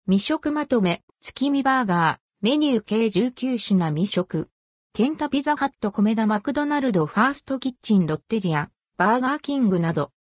未食まとめ、月見バーガー、メニュー計19品未食。ケンタピザハットコメダマクドナルドファーストキッチンロッテリア、バーガーキングなど。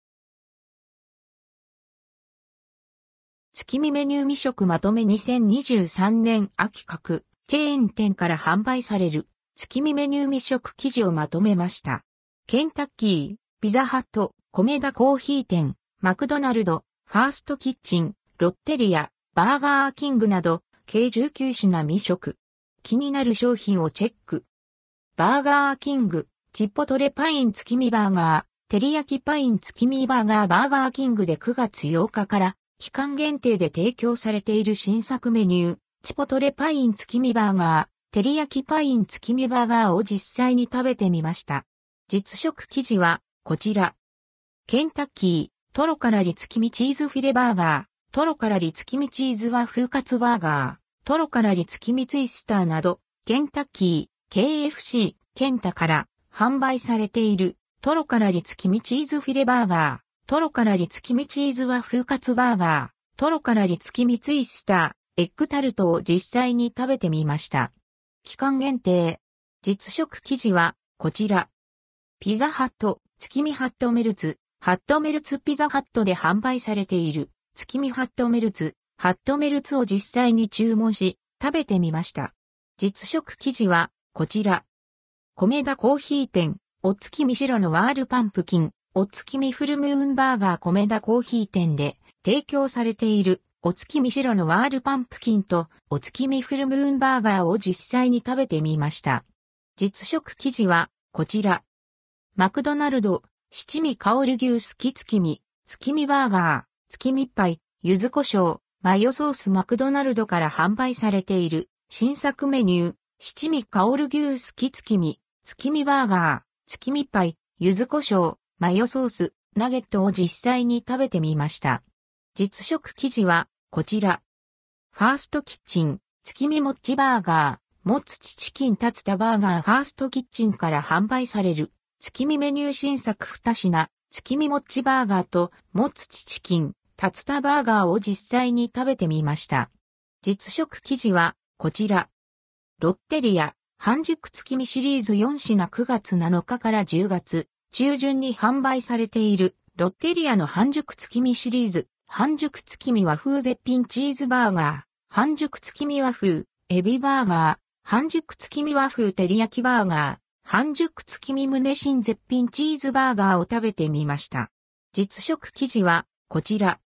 月見メニュー未食まとめ2023年秋各チェーン店から販売される月見メニュー未食記事をまとめました。ケンタッキー、ピザハット、コメダコーヒー店、マクドナルド、ファーストキッチン、ロッテリア、バーガーキングなど、計19品未食。気になる商品をチェック。バーガーキング、チポトレパイン月見バーガー、照り焼きパイン月見バーガーバーガーキングで9月8日から期間限定で提供されている新作メニュー、チポトレパイン月見バーガー、照り焼きパイン月見バーガーを実際に食べてみました。実食記事はこちら。ケンタッキー、トロカラリ月見チーズフィレバーガー。トロカラリ月見チーズ和風カツバーガー、トロカラリ月見ツイスターなど、ケンタッキー、KFC、ケンタから販売されているトロカラリ月見チーズフィレバーガー、トロカラリ月見チーズ和風カツバーガー、トロカラリ月見ツイスター、エッグタルトを実際に食べてみました。期間限定。実食記事はこちら。ピザハット、月見ハットメルツピザハットで販売されている。月見ハットメルツを実際に注文し、食べてみました。実食記事は、こちら。コメダコーヒー店、お月見白のワールパンプキン、お月見フルムーンバーガーコメダコーヒー店で提供されている、お月見白のワールパンプキンと、お月見フルムーンバーガーを実際に食べてみました。実食記事は、こちら。マクドナルド、七味香る牛すき月見バーガー。月見パイ、柚子胡椒、マヨソースマクドナルドから販売されている新作メニュー、七味香る牛すき月見バーガー、月見パイ、柚子胡椒、マヨソース、ナゲットを実際に食べてみました。実食記事はこちら。ファーストキッチン、月見もっちバーガー、もつちチキンタツタバーガーファーストキッチンから販売される月見メニュー新作2品、月見もっちバーガーともつちチキン、タツタバーガーを実際に食べてみました。実食記事はこちら。ロッテリア半熟月見シリーズ4品9月7日から10月中旬に販売されているロッテリアの半熟月見シリーズ半熟月見和風絶品チーズバーガー半熟月見和風エビバーガー半熟月見和風照り焼きバーガー半熟月見胸新絶品チーズバーガーを食べてみました。実食記事はこちら。